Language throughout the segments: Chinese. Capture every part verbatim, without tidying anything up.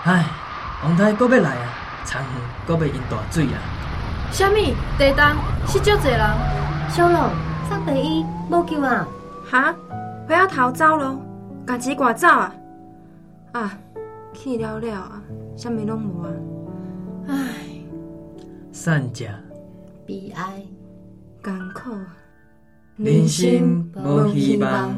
唉，王太阁要来啊，田园阁要淹大水啊！ 啥物？地动死足侪人。 小龙，上第一无救啊！ 哈，我要逃走咯，家己赶走啊！啊，去了了啊，啥物拢无啊！唉， 善者悲哀， 艰苦， 人生无希望。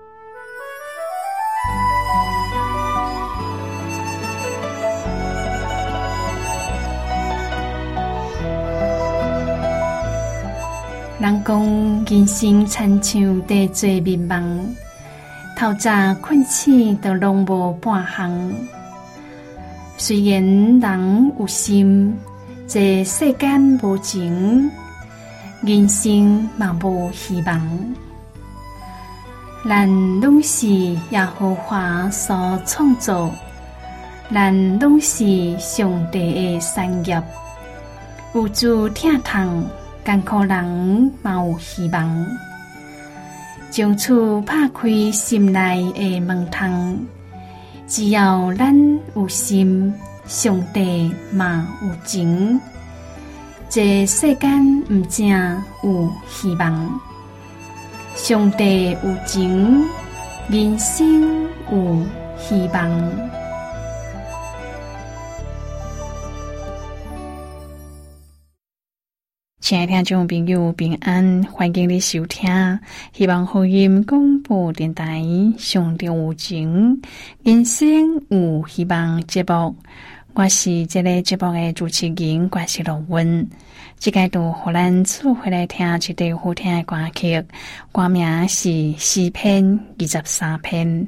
人讲人生亲像地做迷茫，透早困醒都拢无半项。虽然人有心，这世间无情，人生嘛无希望。咱拢是耶和华所创造，咱拢是上帝的产业，有主疼痛。艰苦人嘛有希望，从此拍开心内的门窗。只要咱有心，上帝嘛有情。这世间毋正有希望，上帝有情，人生有希望。亲爱的听众朋友，平安，欢迎你收听希望福音广播电台上帝有情，人生有希望节目。我是这个节目的主持人关系罗文。这个度互咱做回来听一首好听的歌曲，歌名是诗篇二十三篇。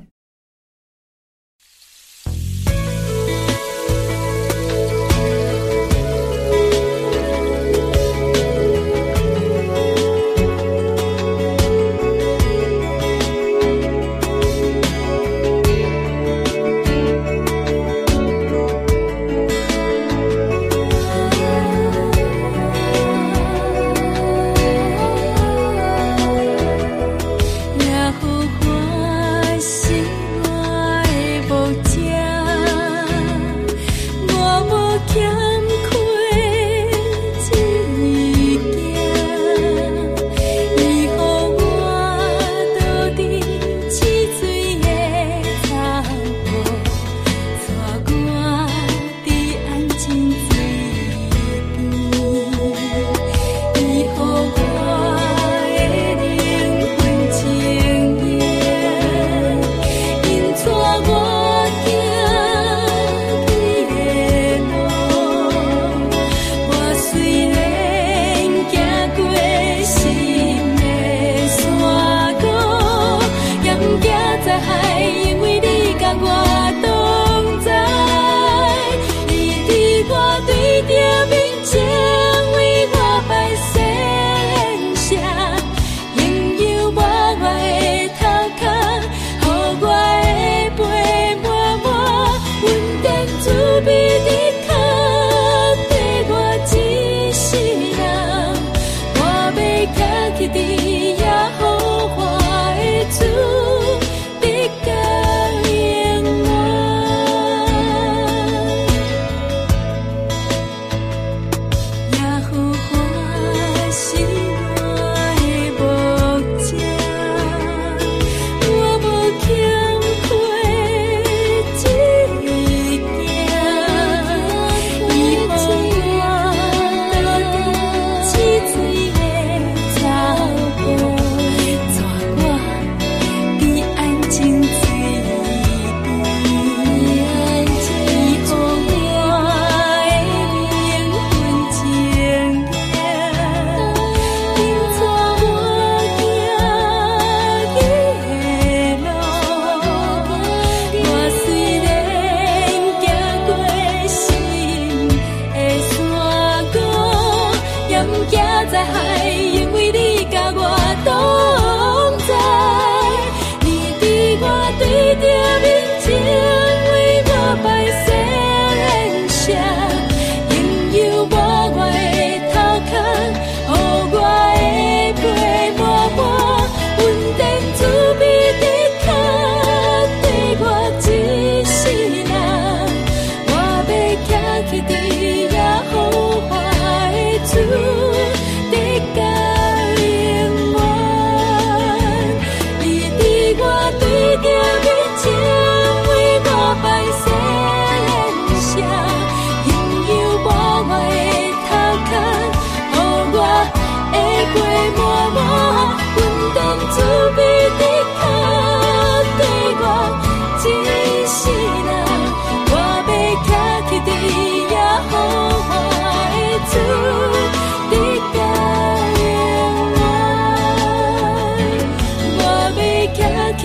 耶和华的主的家。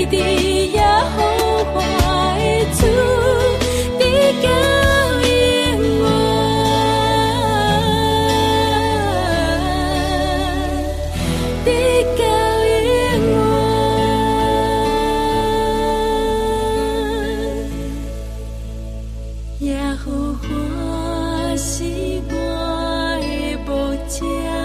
伫耶和华的厝，伫教引我，伫教引我。耶和华是我的牧者。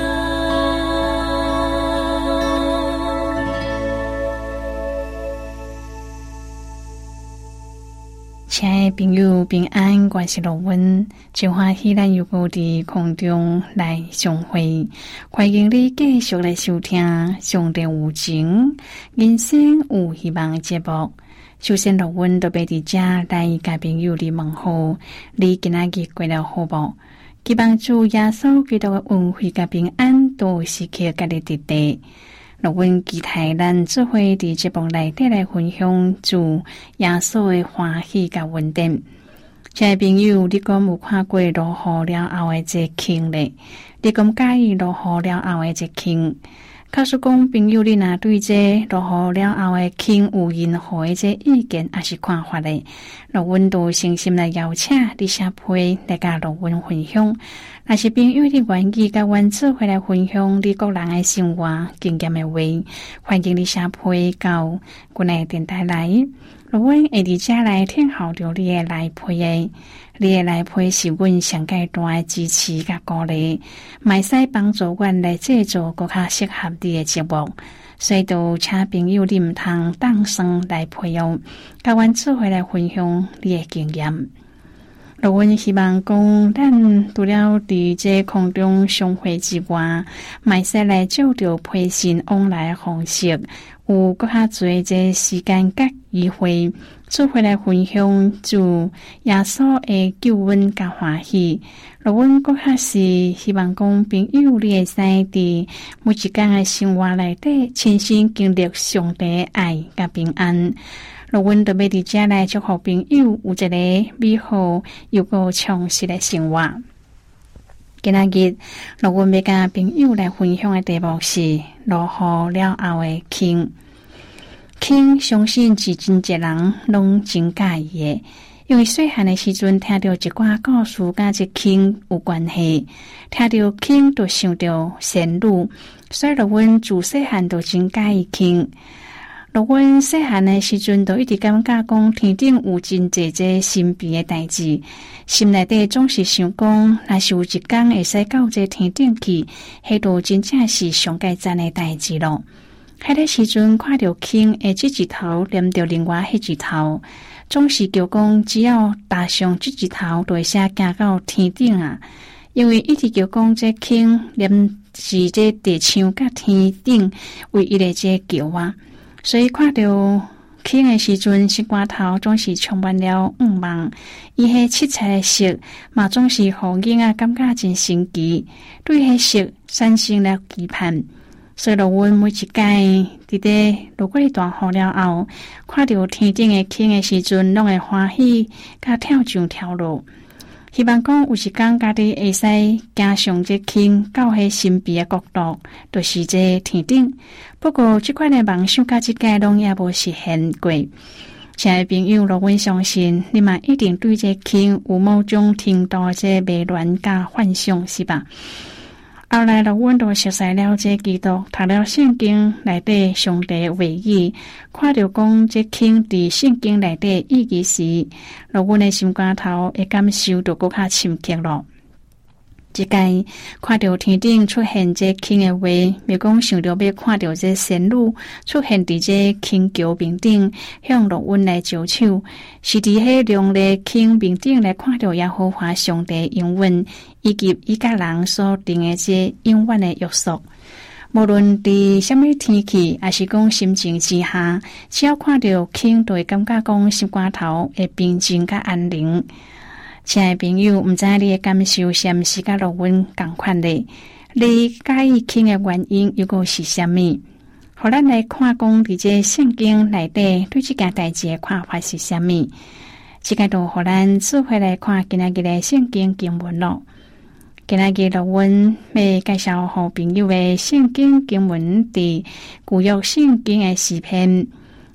亲爱的朋友平安，我是罗文，真欢喜咱又搁伫空中来相会，欢迎你继续来收听上帝有情人生有希望的节目。首先罗文就要伫遮来甲朋友你问候，你今仔日过了好无？希望主耶稣基督的恩惠甲平安都时刻甲你伫地。罗文期待咱做伙伫节目内底来分享主耶稣的欢喜甲稳定。亲爱朋友，你讲有看过落雨了后的这庆咧？你讲介意落雨了后的这庆？假使讲朋友，你若对这落雨了后的庆有任何的这意见还是看法咧？罗文都诚心来邀请你写批来甲罗文分享。若是朋友你愿意甲阮做伙来分享你个人的生活经验的话，欢迎你写批到阮的电台来，罗阮会伫遮来听候着你的来批的。你的来批是阮上界大的支持甲鼓励，嘛使帮助阮来制作更较适合你的节目。所以就请朋友你毋通当生来批哦，甲阮做伙来分享你的经验。罗阮希望讲，咱除了伫这空中相会之外，嘛使来照着批信往来的方式，有搁较侪这时间甲机会，做伙来分享主耶稣的救恩甲欢喜。罗阮搁较是希望讲，朋友你会使伫每一天的生活内底，亲身经历上帝的爱甲平安。罗阮就要伫遮来祝福朋友有一个美好又个充实的生活。今仔日，罗阮要甲朋友来分享的题目是落雨了后的庆。庆相信是真侪人拢真介意的，因为细汉的时阵听到一寡故事，甲这庆有关系，听到庆就想到仙女，所以罗阮自细汉就真介意庆。罗阮细汉的时阵，都一直感觉讲天顶有真侪这神秘的代志，心内底总是想讲，若是有一天会使到这天顶去，迄度真正是上界赞的代志咯。迄个时阵看到庆的这一头连着另外迄一头，总是叫讲只要搭上这一头，就会使行到天顶啊。因为一直叫讲这庆连是这地墙甲天顶唯一的这桥啊。所以看到庆的时阵，心肝头总是充满了愿望。伊迄七彩的色，嘛总是互囡仔感觉真神奇，对迄色产生了期盼。所以罗阮每一届伫咧落过大雨了后，看到天顶的庆的时阵，拢会欢喜甲跳上跳落。希望讲有一天家己会使行上这庆到迄神秘的国度，就是这天顶。不过这款的梦想甲即届拢也无实现过。亲爱的朋友，罗阮相信你嘛一定对这庆有某种程度这迷恋甲幻想，是吧？后来罗阮就熟悉了这基督，读了圣经内底上帝的话语，看到讲这庆伫圣经内底意义时，罗阮的心肝头会感受就更较深刻咯。即届看到天顶出现这庆的话，咪讲想到要看到这仙女出现伫这庆桥面顶，向罗阮来招手，是伫迄亮丽庆面顶来看到耶和华上帝应允，以及伊甲人所定的这永远的约束。无论伫什么天气，还是讲心情之下，只要看到庆，就会感觉讲心肝头会平静甲安宁。亲爱的朋友，毋知你的感受是毋是甲罗阮同款的？你介意庆的原因又个是啥物？互咱来看讲伫这圣经内底对这件代志的看法是啥物？即个就互咱做伙来看今仔日的圣经经文咯。今仔日罗阮要介绍互朋友的圣经经文伫旧约圣经的诗篇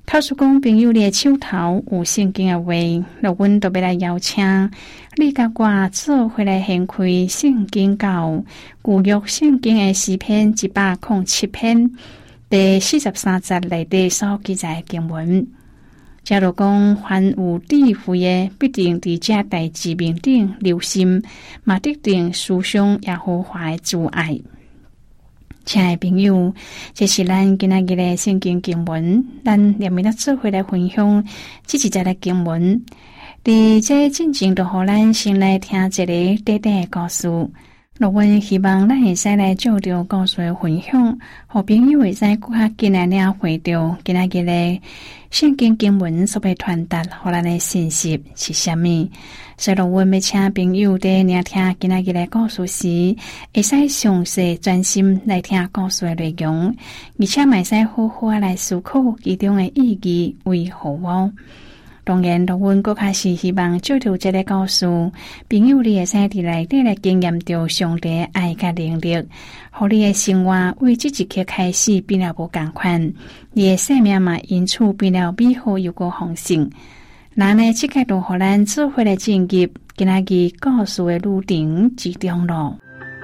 透出讲朋友的手头有圣经的话，那阮都要来邀请你甲我做回来掀开圣经到旧约圣经的诗篇一百零七篇第四十三节内底所记载的经文。假如讲凡有智慧的，必定伫这代志面顶留心，嘛必定思想耶和华的慈爱。亲爱的朋友，这是咱今仔日的圣经经文，咱连面来做回来分享这几节的经文。伫这进前就互咱先来听一个短短的故事。若阮希望咱会使来照着故事的分享，互朋友会使更较紧来领会到今仔日的圣经经文所要传达互咱的信息是啥物。所以，阮要请朋友在聆听今仔日的故事时，会使详细专心来听故事的内容，而且嘛会使好好来思考其中的意义为何物。当然，若阮更较是希望照着这个故事，朋友你会使伫内底来经验到上帝的爱甲能力，互你的生活为即一刻开始变了无共款，你的生命嘛因此变了美好又个丰盛。那呢，即个就互咱做伙来进入今仔日故事的旅程之中咯。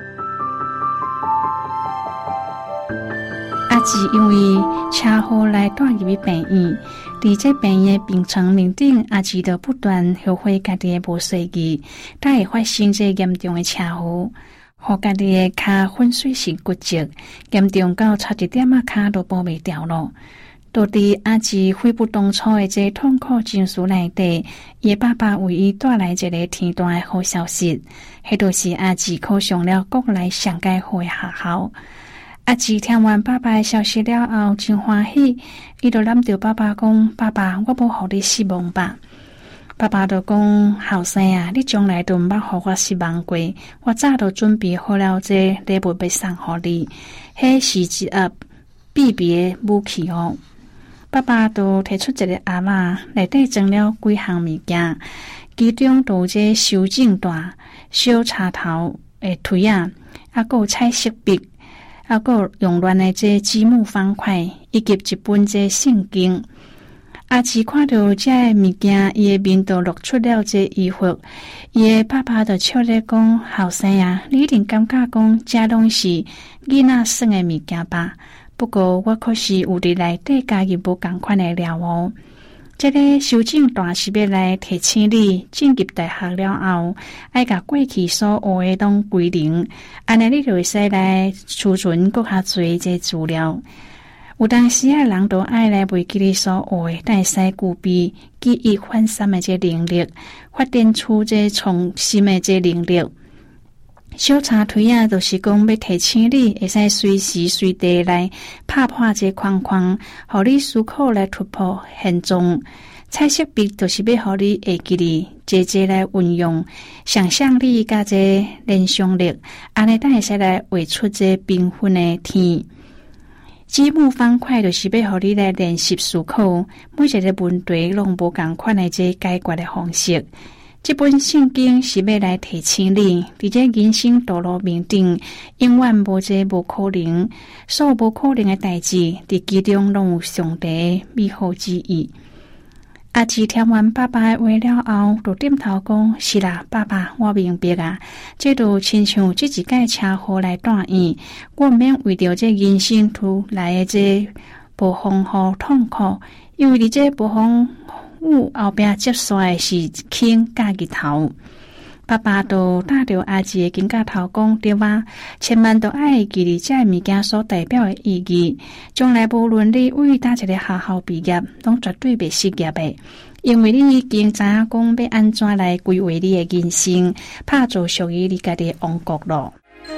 阿姊因为车祸来带入去病院，伫这病院的病床面顶，阿姊就不断后悔家己的无随意，才会发生这严重的车祸，互家己的脚粉碎性骨折，严重到差一点啊脚都保袂掉咯。到伫阿姊悔不当初的这痛苦情绪内底，伊爸爸为伊带来一个天大的好消息，迄就是阿姊考上了国内上界好的学校。阿姊听完爸爸的消息了后，真欢喜，伊就揽着爸爸讲：“爸爸，我无互你失望吧？”爸爸就讲：“后生啊，你将来都毋捌互我失望过，我早就准备好了这礼物要送互你，迄是一盒必备的武器哦。”爸爸就提出一个盒仔，内底装了几项物件，其中就有这修正带、小插头的推啊，啊，还有彩色笔，啊，还有用乱的这积木方块，以及一本这圣经。阿姊看到这物件，伊的面都露出了这疑惑。伊的爸爸就笑咧讲：“后生啊，你一定感觉讲这拢是囡仔耍的物件吧？不过我可是有伫内底加入无共款的了哦。这个修正带是要来提醒你进入大学了后，爱甲过去所学的拢归零，安尼你就会使来储存更较侪这资料。有当时啊，人都爱来袂记你所学的，但会使具备记忆涣散的这能力，发展出这创新的这能力。小插推啊，就是讲要提醒你，会使随时随地来拍破这框框，互你思考来突破现状。彩色笔就是要互你会记哩，节节来运用想象力甲这联想力，安尼等会使来画出这缤纷的天。积木方块就是要互你来练习思考，每一个问题拢无共款的这解决的方式。这本圣经是要来提醒你，伫这人生道路面顶，永远无这无可能，所有无可能的代志，伫其中拢有上帝的美好之意。阿姊听完爸爸的话了后，就点头讲：“是啦，爸爸，我明白啊。这就亲像这一届车祸来带院，我毋免为着这人生途来的这暴风雨痛苦，因为伫这暴风雨后壁接续的是轻甲日头。”爸爸就带着阿姊的肩胛头讲：“对吧？千万都爱记住这物件所代表的意义。将来无论你为哪一个学校毕业，拢绝对袂失业的，因为你已经知影讲要安怎来规划你的人生，拍造属于你家己的王国咯。”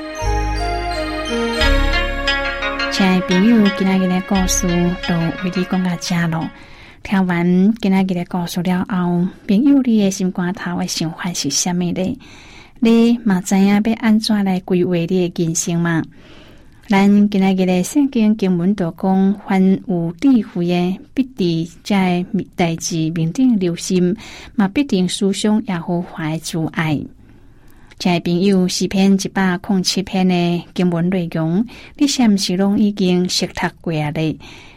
亲爱的朋友，今仔日的故事就为你讲到这咯。听完今仔日的故事了后，朋友你的心肝头的想法是啥物呢？你嘛知影要安怎来规划你的人生吗？咱今仔日的圣经经文就讲，凡有智慧的，必伫这代志面顶留心，嘛必定思想耶和华的慈爱。亲爱朋友，诗篇一百零七篇的经文内容，你是毋是拢已经熟读过啊咧？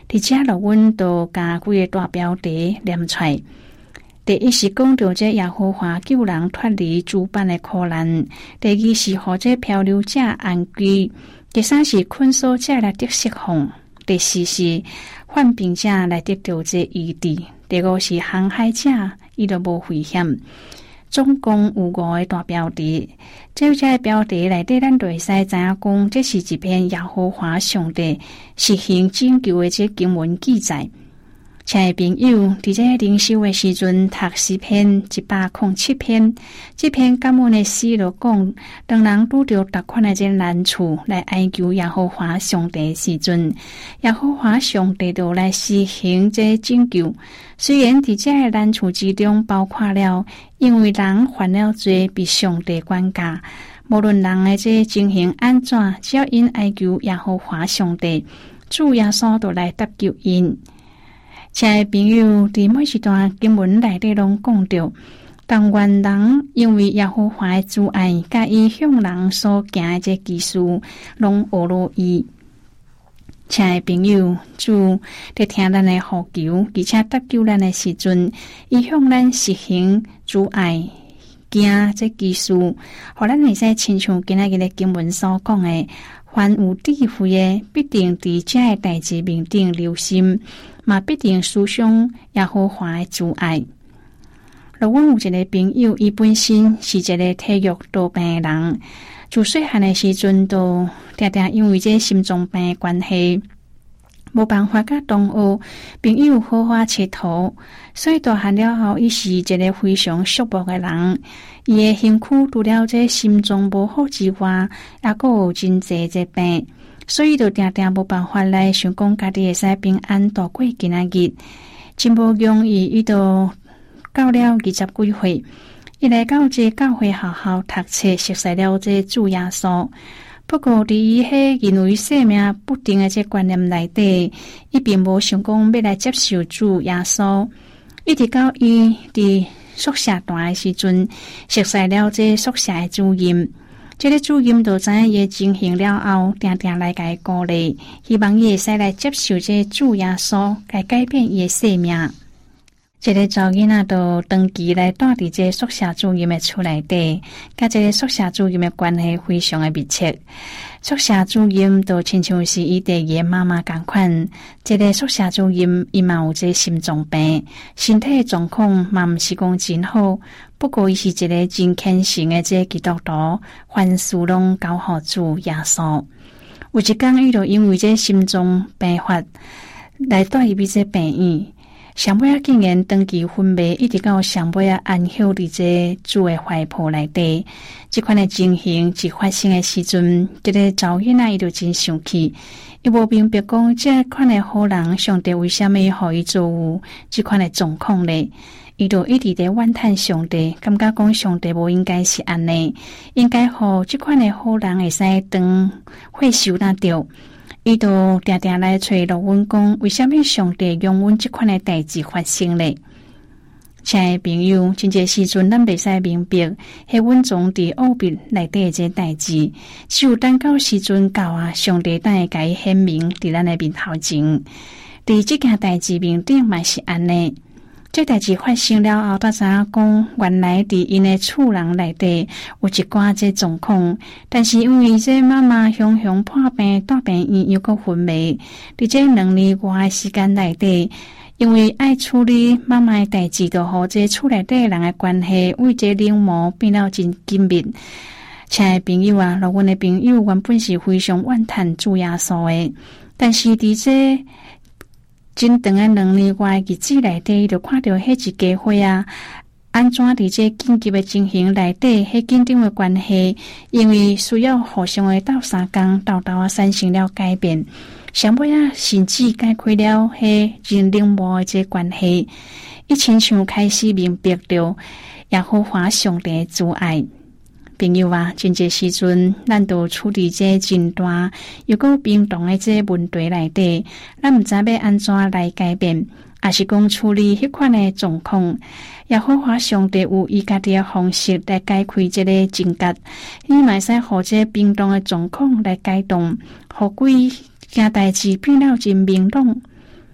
伫遮落阮就甲几个大标题念出来。第一是讲到这耶和华救人脱离诸般的苦难；第二是互这漂流者安居；第三是困锁者来得释放；第四是患病者来得到这医治；第五是航海者伊都无危险。总共有五个大标题，这些个标题内底，咱就会使知影讲，这是一篇耶和华上帝实行拯救的这经文记载。亲爱的朋友，伫这灵修的时阵，读诗篇一百零七篇，这篇感恩的诗就讲，当人拄着逐款的这难处来哀求耶和华上帝的时阵，耶和华上帝就来施行这拯救。虽然伫这个难处之中，包括了因为人犯了罪被上帝管教，无论人的这情形安怎，只要因哀求耶和华上帝，主耶稣就来搭救因。亲爱的朋友，伫每一段经文内底拢讲到，当愿人因为耶和华的慈爱，甲伊向人所行的这技术，拢学落伊。亲爱的朋友，主伫听咱的呼求，而且搭救咱的时阵，伊向咱实行慈爱，行这技术，互咱会使亲像今仔日的经文所讲的，凡有智慧的，必定伫这个代志面顶留心。嘛必定思想耶和华的慈爱。若阮有一个朋友，伊本身是一个体育多病的人，自细汉的时阵，就常常因为这心脏病的关系，无办法甲同学朋友好好佚佗，所以大汉了后，伊是一个非常寂寞的人。伊的身躯除了这心脏无好之外，也阁有真侪这病。所以就常常无办法来想讲家己会使平安度过今仔日。真无容易，伊就到了二十几岁，伊来到这教会学校读册，熟悉了这主耶稣。不过伫伊迄认为生命不定的这观念内底，伊并无想讲要来接受主耶稣。一直到伊伫宿舍大的时阵，熟悉了这宿舍的主任。这个主任就知影伊情形了后，常常来甲伊鼓励，希望伊会使来接受这主耶稣，来改变伊的生命。这个查囡仔就长期来住伫这宿舍主任的厝内底，甲这个宿舍主任的关系非常的密切。宿舍主任就亲像是伊第二个妈妈同款。这个宿舍主任伊嘛有这心脏病，身体状况嘛毋是讲真好。不过伊是一个真虔诚的这基督徒，凡事拢交互主耶稣。有一天，伊就因为这心脏病发来带伊去这病院。上尾啊，竟然长期昏迷，一直到上尾啊安休伫这主的怀抱内底。这款的情形一发生的时阵，这个查囡仔伊就真生气，伊无明白讲这款的好人，上帝为什么互伊做有这款的状况呢？伊就一直在怨叹上帝，感觉讲上帝无应该是安尼，应该互这款的好人会使当会受那着。伊就常常来找罗阮讲，为什么上帝让阮这款的代志发生呢？亲爱的朋友，真侪时阵咱袂使明白，迄阮总伫奥秘内底这代志，只有等到时阵到啊，上帝等会甲伊显明伫咱的面头前。伫这件代志面顶嘛是安尼。这代志发生了后，才知影讲，原来伫因的厝人内底有一寡这状况，但是因为这妈妈雄雄破病住病院又搁昏迷，伫这两年外的时间内底，因为爱处理妈妈的代志，就互这厝内底人的关系为这冷漠变了真紧密。亲爱的朋友啊，若阮的朋友原本是非常怨叹主耶稣的，但是伫这真长的两年外日子内底，就看到迄一家伙啊，安怎伫这紧急的情形内底，迄紧张的关系，因为需要互相的斗相共，斗斗啊产生了改变。上尾啊，甚至解开了迄真冷漠的这关系，伊亲像开始明白着耶和华上帝的慈爱。朋友啊，真侪时阵，咱都处理这真大又搁冰冻的这问题内底，咱毋知要安怎来改变，也是讲处理迄款的状况。耶和华上帝有伊家己的方式来解开这个症结，伊嘛使互这冰冻的状况来改动，互规件代志变了真明朗。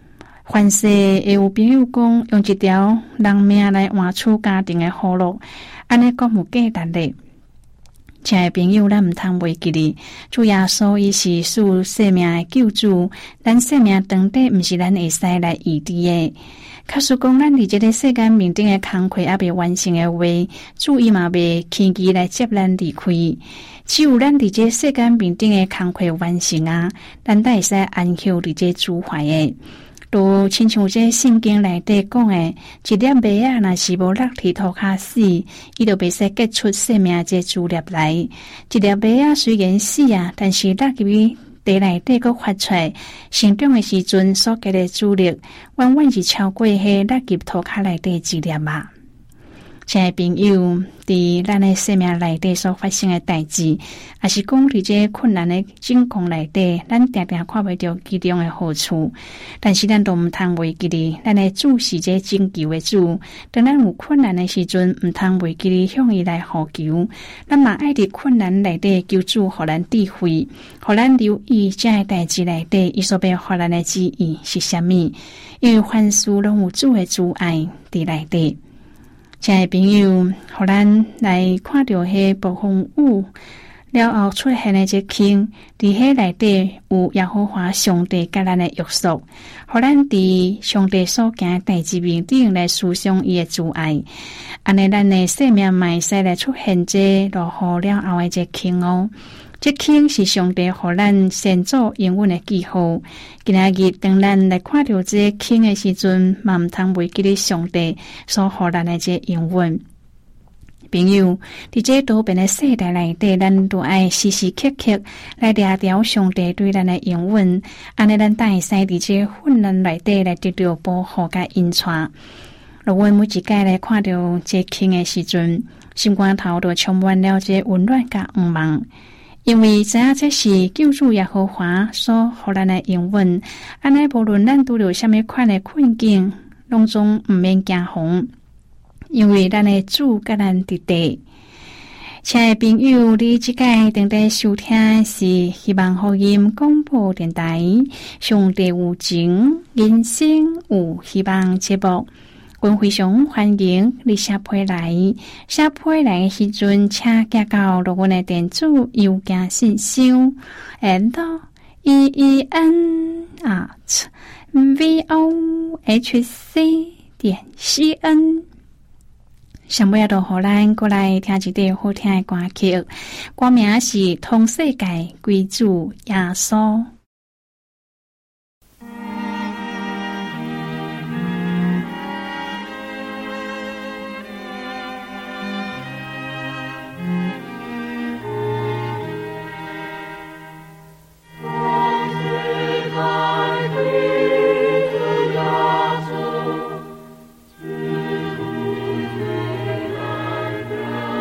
凡是会有朋友讲用一条人命来换取家庭的和乐，安尼讲有价值的。亲爱朋友，咱毋通袂记哩，主耶稣伊是赐生命的救主，咱生命长短毋是咱会使来预知的。假使讲咱伫这个世间面顶的工课还未完成的话，主伊嘛未轻易来接咱离开。只有咱伫这世间面顶的工课完成啊，咱才会使安息伫这主怀的。如亲像这圣经内底讲的，一粒麦啊，若是无落地土骹死，伊就袂使结出生命这主粒来。一粒麦啊，虽然死啊，但是落入去地内底佫发出来，成长的时阵所结的主力，远远是超过迄落入土骹内底一粒啊。亲爱朋友，伫咱的生命内底所发生的代志，也是讲伫这困难的境况内底，咱定定看袂到其中的好处。但是咱都毋通忘记哩，咱的主是这拯救的主。当咱有困难的时阵，毋通忘记哩向伊来呼求。咱嘛爱伫困难内底求主，互咱智慧，互咱留意这个代志内底，伊所要互咱的旨意是啥物？因为凡事拢有主的主爱伫内底。亲爱朋友，互咱来看到迄暴风雨了后出现的这坑，伫迄内底有耶和华上帝甲咱的约束，互咱伫上帝所行代志面顶来思想伊的主爱，安尼咱的生命嘛会使来出现这落雨了后的这坑哦。这坑是上帝互咱先祖永远的记号。今仔日当咱来看到这坑的时阵，嘛毋通忘记哩上帝所互咱的这永远。朋友，伫这多变的世代内底，咱都爱时时刻刻来抓牢上帝对咱的永远，安尼咱才会使伫这混乱内底来得到保护甲引带。如阮每一摆来看到这坑的时阵，心肝头都充满了这温暖甲盼望。因为知影这是救主耶和华所互咱的永远，安尼无论咱拄着什么款的困境，拢总毋免惊慌，因为咱的主甲咱伫地。亲爱的朋友，你即摆正在收听是希望福音广播电台上帝有情人生有希望节目。阮非常欢迎你写批来，写批来的时阵，请寄到阮的电子邮件信箱 ，and e e n at v o h c 点 c n。上尾要互咱过来听一段好听的歌曲，歌名是《通世界归主耶稣》。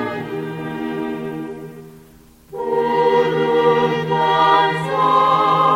Oh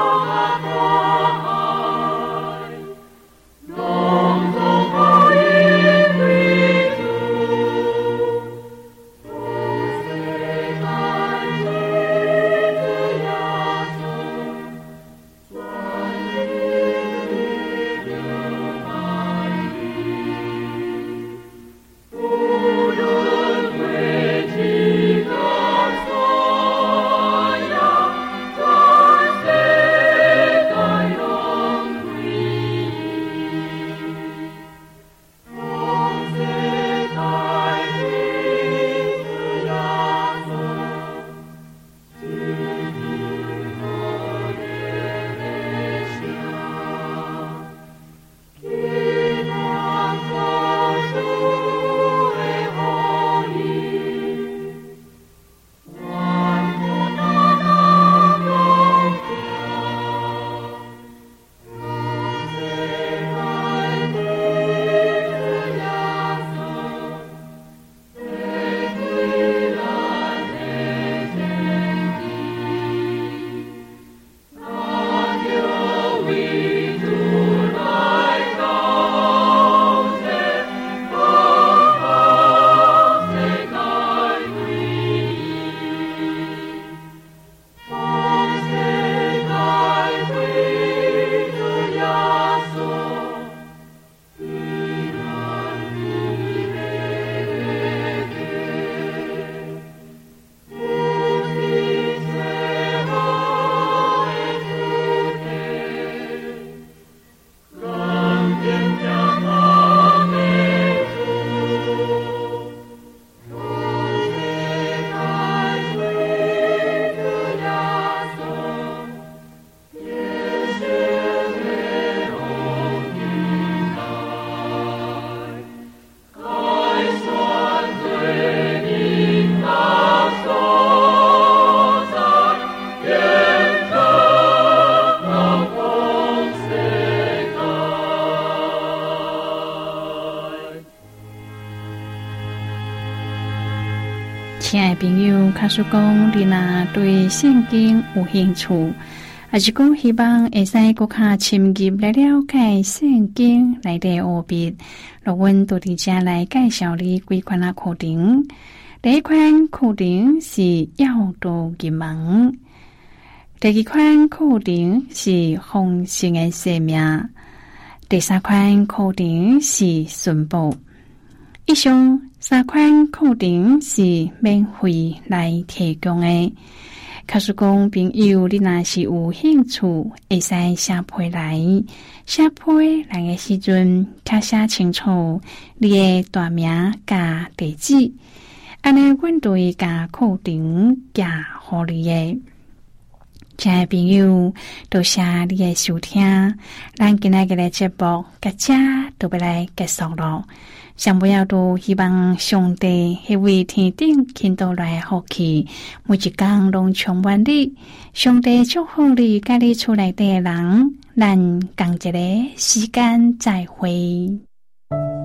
亲爱的朋友，假使讲你若对圣经有兴趣，还是讲希望会使更加深入来了解圣经内底奥秘，那阮都伫遮来介绍你几款啊课程。第一款课程是要道入门，第二款课程是丰盛的生命，第三款课程是顺报。以上三款课程是免费来提供的。假使讲朋友你若是有兴趣，会使写批来，写批来的时阵，请写清楚你的大名加地址，安尼阮就会甲课程寄互你的。亲爱的朋友，多谢你的收听，咱今仔日的节目到这就要来结束了。上尾要都希望上帝迄位天顶倾倒来福气，每一天拢充满你。上帝祝福你，甲你厝内底的人，咱同一个时间再会。